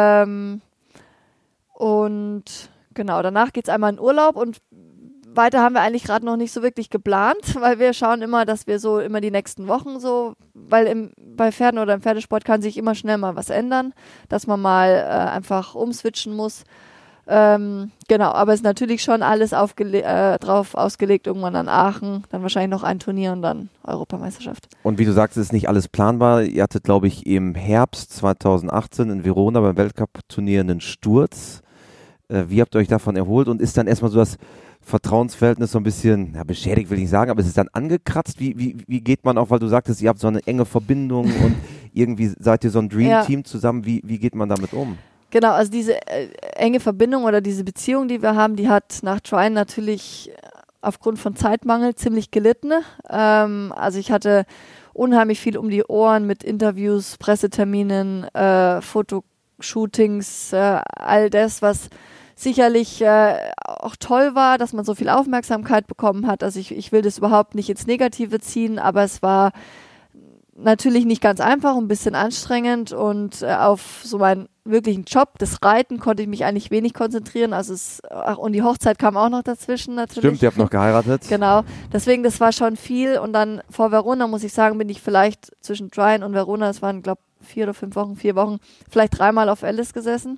Und genau, danach geht es einmal in Urlaub, und weiter haben wir eigentlich gerade noch nicht so wirklich geplant, weil wir schauen immer, dass wir so immer die nächsten Wochen so, weil bei Pferden oder im Pferdesport kann sich immer schnell mal was ändern, dass man mal einfach umswitchen muss. Genau, aber es ist natürlich schon alles drauf ausgelegt, irgendwann an Aachen, dann wahrscheinlich noch ein Turnier und dann Europameisterschaft. Und wie du sagst, ist nicht alles planbar. Ihr hattet, glaube ich, im Herbst 2018 in Verona beim Weltcup-Turnier einen Sturz. Wie habt ihr euch davon erholt, und ist dann erstmal so das Vertrauensverhältnis so ein bisschen, beschädigt will ich nicht sagen, aber es ist dann angekratzt? Wie geht man auf, weil du sagtest, ihr habt so eine enge Verbindung und irgendwie seid ihr so ein Dream-Team zusammen, wie geht man damit um? Genau, also diese enge Verbindung oder diese Beziehung, die wir haben, die hat nach Trine natürlich aufgrund von Zeitmangel ziemlich gelitten. Also ich hatte unheimlich viel um die Ohren mit Interviews, Presseterminen, Fotoshootings, all das, was sicherlich auch toll war, dass man so viel Aufmerksamkeit bekommen hat. Also ich will das überhaupt nicht ins Negative ziehen, aber es war natürlich nicht ganz einfach, ein bisschen anstrengend und auf so meinen wirklichen Job, das Reiten, konnte ich mich eigentlich wenig konzentrieren. Also und die Hochzeit kam auch noch dazwischen natürlich. Stimmt, ihr habt noch geheiratet. Genau, deswegen, das war schon viel. Und dann vor Verona, muss ich sagen, bin ich vielleicht zwischen Tryon und Verona, das waren, glaube ich, 4 Wochen, vielleicht 3-mal auf Alice gesessen.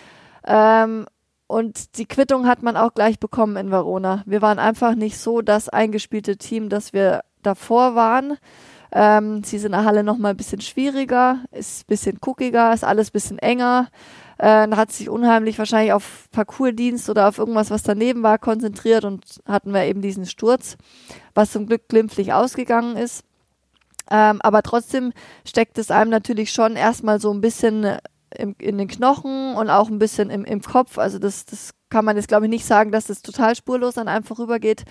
Und die Quittung hat man auch gleich bekommen in Verona. Wir waren einfach nicht so das eingespielte Team, das wir davor waren. Sie ist in der Halle nochmal ein bisschen schwieriger, ist ein bisschen cookiger, ist alles ein bisschen enger. Da hat sich unheimlich wahrscheinlich auf Parcoursdienst oder auf irgendwas, was daneben war, konzentriert und hatten wir eben diesen Sturz, was zum Glück glimpflich ausgegangen ist. Aber trotzdem steckt es einem natürlich schon erstmal so ein bisschen in den Knochen und auch ein bisschen im Kopf. Also das kann man jetzt, glaube ich, nicht sagen, dass das total spurlos an einem vorübergeht.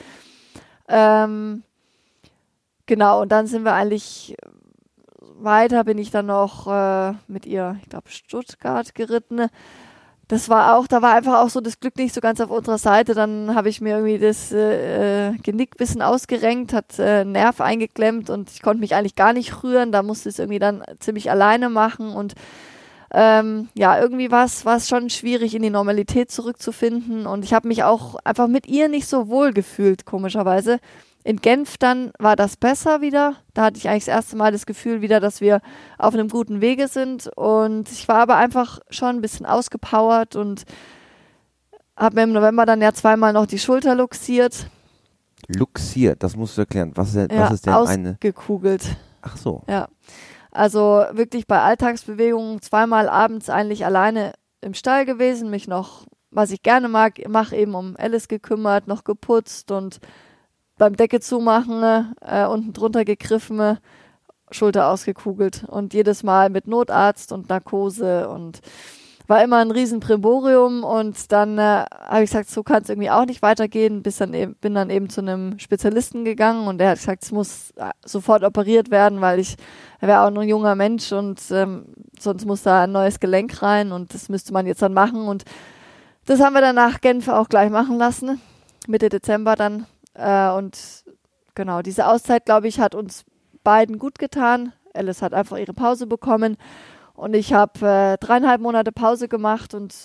Genau, und dann sind wir eigentlich weiter, bin ich dann noch mit ihr, ich glaube, Stuttgart geritten. Da war einfach auch so das Glück nicht so ganz auf unserer Seite. Dann habe ich mir irgendwie das Genick ein bisschen ausgerenkt, hat Nerv eingeklemmt und ich konnte mich eigentlich gar nicht rühren. Da musste ich es irgendwie dann ziemlich alleine machen und irgendwie war es schon schwierig, in die Normalität zurückzufinden und ich habe mich auch einfach mit ihr nicht so wohl gefühlt, komischerweise. In Genf dann war das besser wieder. Da hatte ich eigentlich das erste Mal das Gefühl wieder, dass wir auf einem guten Wege sind. Und ich war aber einfach schon ein bisschen ausgepowert und habe mir im November dann ja 2-mal noch die Schulter luxiert. Luxiert, das musst du erklären. Was ist denn ausgekugelt. Ach so. Ja, also wirklich bei Alltagsbewegungen 2-mal abends eigentlich alleine im Stall gewesen, mich noch, was ich gerne mache, eben um Alice gekümmert, noch geputzt und beim Decke zumachen, unten drunter gegriffen, Schulter ausgekugelt und jedes Mal mit Notarzt und Narkose und war immer ein riesen Primborium und dann habe ich gesagt, so kann es irgendwie auch nicht weitergehen, bin dann eben zu einem Spezialisten gegangen und der hat gesagt, es muss sofort operiert werden, weil ich wäre auch noch ein junger Mensch und sonst muss da ein neues Gelenk rein und das müsste man jetzt dann machen und das haben wir dann nach Genf auch gleich machen lassen, Mitte Dezember dann. Und genau, diese Auszeit, glaube ich, hat uns beiden gut getan. Alice hat einfach ihre Pause bekommen und ich habe 3,5 Monate Pause gemacht und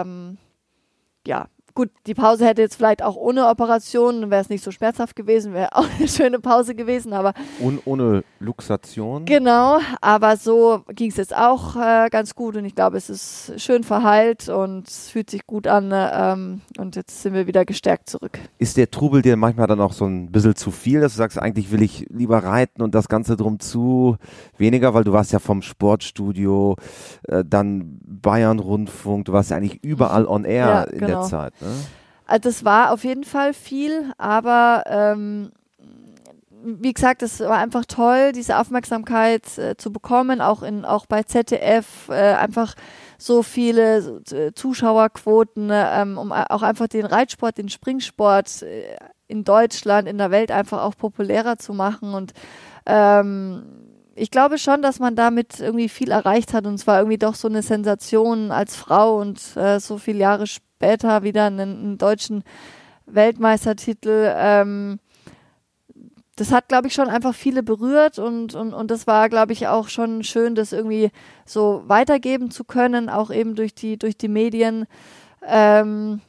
gut, die Pause hätte jetzt vielleicht auch ohne Operation, wäre es nicht so schmerzhaft gewesen, wäre auch eine schöne Pause gewesen, aber ohne Luxation? Genau, aber so ging es jetzt auch ganz gut und ich glaube, es ist schön verheilt und es fühlt sich gut an und jetzt sind wir wieder gestärkt zurück. Ist der Trubel dir manchmal dann auch so ein bisschen zu viel, dass du sagst, eigentlich will ich lieber reiten und das Ganze drum zu weniger, weil du warst ja vom Sportstudio, dann Bayern-Rundfunk, du warst ja eigentlich überall on air in der Zeit, ne? Also das war auf jeden Fall viel, aber wie gesagt, es war einfach toll, diese Aufmerksamkeit zu bekommen, auch bei ZDF, einfach so viele Zuschauerquoten, um auch einfach den Reitsport, den Springsport in Deutschland, in der Welt einfach auch populärer zu machen und ich glaube schon, dass man damit irgendwie viel erreicht hat und es war irgendwie doch so eine Sensation als Frau und so viele Jahre später wieder einen deutschen Weltmeistertitel. Das hat, glaube ich, schon einfach viele berührt und das war, glaube ich, auch schon schön, das irgendwie so weitergeben zu können, auch eben durch die Medien. Damit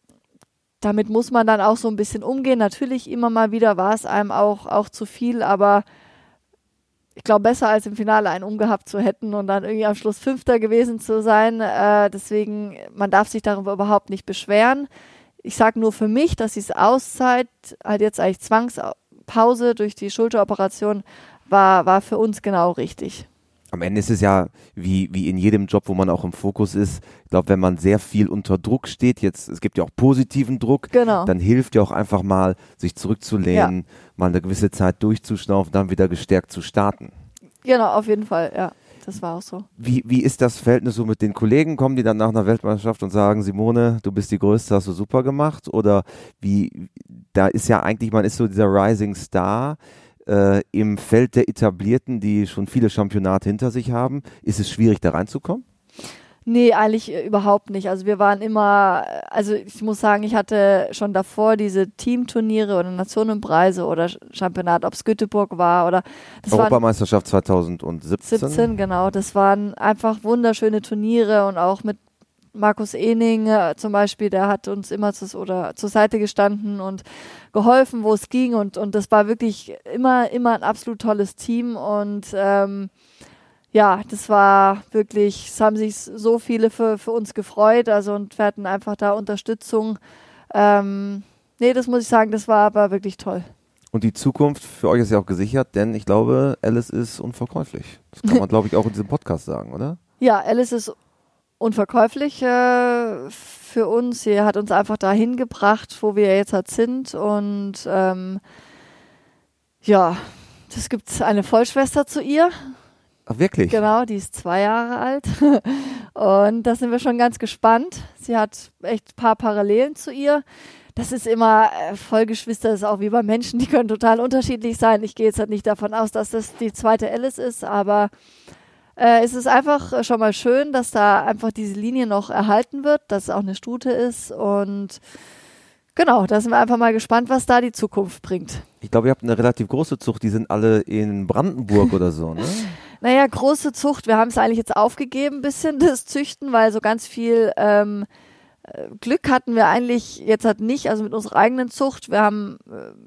muss man dann auch so ein bisschen umgehen. Natürlich immer mal wieder war es einem auch zu viel, aber ich glaube, besser als im Finale einen umgehabt zu hätten und dann irgendwie am Schluss Fünfter gewesen zu sein. Deswegen, man darf sich darüber überhaupt nicht beschweren. Ich sage nur für mich, dass diese Auszeit, halt jetzt eigentlich Zwangspause durch die Schulteroperation, war für uns genau richtig. Am Ende ist es ja wie in jedem Job, wo man auch im Fokus ist. Ich glaube, wenn man sehr viel unter Druck steht, es gibt ja auch positiven Druck, genau, dann hilft ja auch einfach mal, sich zurückzulehnen, mal eine gewisse Zeit durchzuschnaufen, dann wieder gestärkt zu starten. Genau, auf jeden Fall, ja. Das war auch so. Wie ist das Verhältnis so mit den Kollegen? Kommen die dann nach einer Weltmeisterschaft und sagen, Simone, du bist die Größte, hast du super gemacht? Oder wie da ist ja eigentlich, man ist so dieser Rising Star im Feld der Etablierten, die schon viele Championate hinter sich haben. Ist es schwierig, da reinzukommen? Nee, eigentlich überhaupt nicht. Also wir waren immer, also ich muss sagen, ich hatte schon davor diese Teamturniere oder Nationenpreise oder Championat, ob es Göteborg war oder das Europameisterschaft 2017. 17, genau. Das waren einfach wunderschöne Turniere und auch mit Markus Ehning zum Beispiel, der hat uns immer zur Seite gestanden und geholfen, wo es ging und das war wirklich immer ein absolut tolles Team und ja, das war wirklich, es haben sich so viele für uns gefreut, also und wir hatten einfach da Unterstützung. Nee, das muss ich sagen, das war aber wirklich toll. Und die Zukunft für euch ist ja auch gesichert, denn ich glaube, Alice ist unverkäuflich. Das kann man, glaube ich, auch in diesem Podcast sagen, oder? Ja, Alice ist unverkäuflich für uns. Sie hat uns einfach dahin gebracht, wo wir jetzt halt sind. Und ja, es gibt eine Vollschwester zu ihr. Ach, wirklich? Genau, die ist 2 Jahre alt. Und da sind wir schon ganz gespannt. Sie hat echt ein paar Parallelen zu ihr. Das ist immer, Vollgeschwister ist auch wie bei Menschen, die können total unterschiedlich sein. Ich gehe jetzt halt nicht davon aus, dass das die zweite Alice ist, aber es ist einfach schon mal schön, dass da einfach diese Linie noch erhalten wird, dass es auch eine Stute ist und genau, da sind wir einfach mal gespannt, was da die Zukunft bringt. Ich glaube, ihr habt eine relativ große Zucht, die sind alle in Brandenburg oder so, ne? Naja, große Zucht, wir haben es eigentlich jetzt aufgegeben, ein bisschen das Züchten, weil so ganz viel Glück hatten wir eigentlich jetzt halt nicht, also mit unserer eigenen Zucht. Wir haben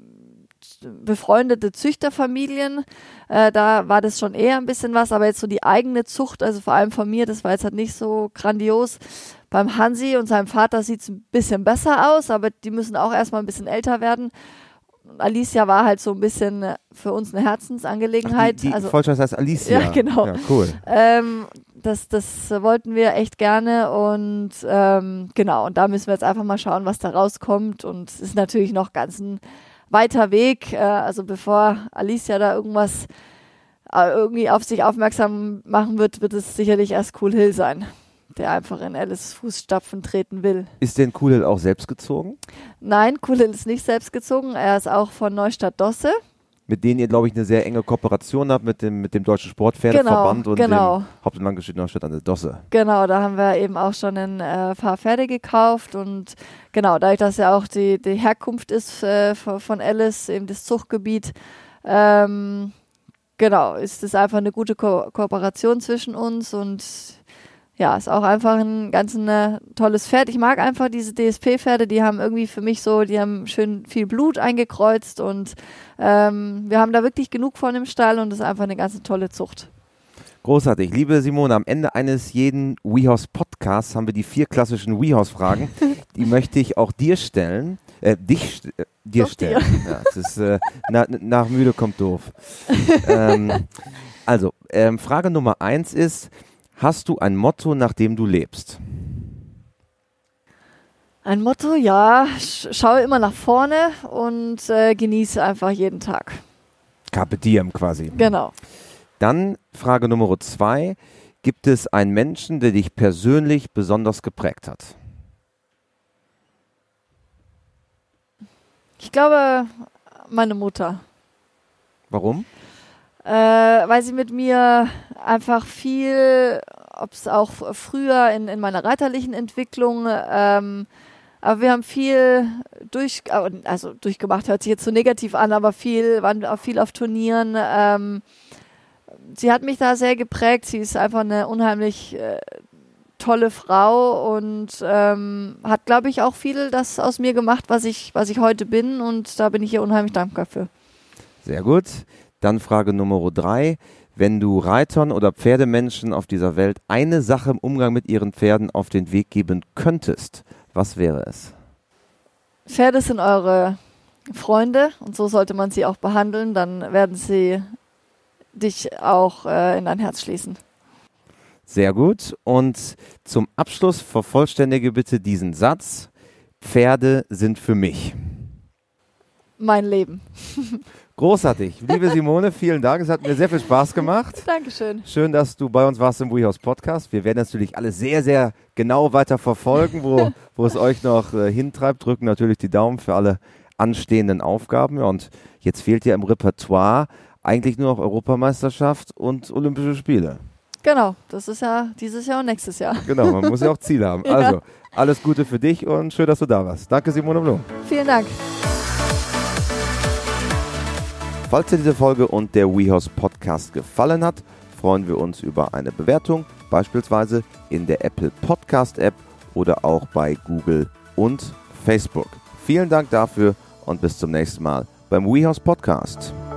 befreundete Züchterfamilien, da war das schon eher ein bisschen was, aber jetzt so die eigene Zucht, also vor allem von mir, das war jetzt halt nicht so grandios. Beim Hansi und seinem Vater sieht es ein bisschen besser aus, aber die müssen auch erstmal ein bisschen älter werden. Alicia war halt so ein bisschen für uns eine Herzensangelegenheit. Ach, die also Vollschwester heißt Alicia? Ja, genau. Ja, cool. Das wollten wir echt gerne und genau, und da müssen wir jetzt einfach mal schauen, was da rauskommt und es ist natürlich noch ganz ein weiter Weg, also bevor Alicia da irgendwas irgendwie auf sich aufmerksam machen wird, wird es sicherlich erst Cool Hill sein, der einfach in Alice Fußstapfen treten will. Ist denn Cool Hill auch selbst gezogen? Nein, Cool Hill ist nicht selbst gezogen, er ist auch von Neustadt Dosse. Mit denen ihr, glaube ich, eine sehr enge Kooperation habt mit dem Deutschen Sportpferdeverband und dem Haupt- und Landgericht Neustadt an der Dosse. Genau, da haben wir eben auch schon ein paar Pferde gekauft und genau, dadurch, dass ja auch die Herkunft ist von Alice, eben das Zuchtgebiet, genau, ist es einfach eine gute Kooperation zwischen uns und ja, ist auch einfach ein ganz tolles Pferd. Ich mag einfach diese DSP-Pferde, die haben irgendwie für mich so, die haben schön viel Blut eingekreuzt und wir haben da wirklich genug von im Stall und das ist einfach eine ganz tolle Zucht. Großartig. Liebe Simone, am Ende eines jeden WeHorse-Podcasts haben wir die 4 klassischen WeHorse-Fragen. Die möchte ich auch dir stellen. Dir stellen. Ja, es ist, nach müde kommt doof. Frage Nummer 1 ist, hast du ein Motto, nach dem du lebst? Ein Motto, ja. Schaue immer nach vorne und genieße einfach jeden Tag. Carpe diem quasi. Genau. Dann Frage Nummer 2. Gibt es einen Menschen, der dich persönlich besonders geprägt hat? Ich glaube, meine Mutter. Warum? Weil sie mit mir einfach viel, ob es auch früher in meiner reiterlichen Entwicklung, aber wir haben viel durchgemacht, hört sich jetzt so negativ an, aber waren auch viel auf Turnieren. Sie hat mich da sehr geprägt, sie ist einfach eine unheimlich tolle Frau und hat, glaube ich, auch viel das aus mir gemacht, was ich heute bin und da bin ich ihr unheimlich dankbar für. Sehr gut. Dann Frage Nummer 3. Wenn du Reitern oder Pferdemenschen auf dieser Welt eine Sache im Umgang mit ihren Pferden auf den Weg geben könntest, was wäre es? Pferde sind eure Freunde und so sollte man sie auch behandeln, dann werden sie dich auch in dein Herz schließen. Sehr gut. Und zum Abschluss vervollständige bitte diesen Satz. Pferde sind für mich. Mein Leben. Großartig. Liebe Simone, vielen Dank. Es hat mir sehr viel Spaß gemacht. Dankeschön. Schön, dass du bei uns warst im WeHorse Podcast. Wir werden natürlich alles sehr, sehr genau weiter verfolgen, wo es euch noch hintreibt. Drücken natürlich die Daumen für alle anstehenden Aufgaben. Ja, und jetzt fehlt ja im Repertoire eigentlich nur noch Europameisterschaft und Olympische Spiele. Genau, das ist ja dieses Jahr und nächstes Jahr. Genau, man muss ja auch Ziele haben. Ja. Also, alles Gute für dich und schön, dass du da warst. Danke, Simone Blum. Vielen Dank. Falls dir diese Folge und der WeHorse Podcast gefallen hat, freuen wir uns über eine Bewertung, beispielsweise in der Apple Podcast App oder auch bei Google und Facebook. Vielen Dank dafür und bis zum nächsten Mal beim WeHorse Podcast.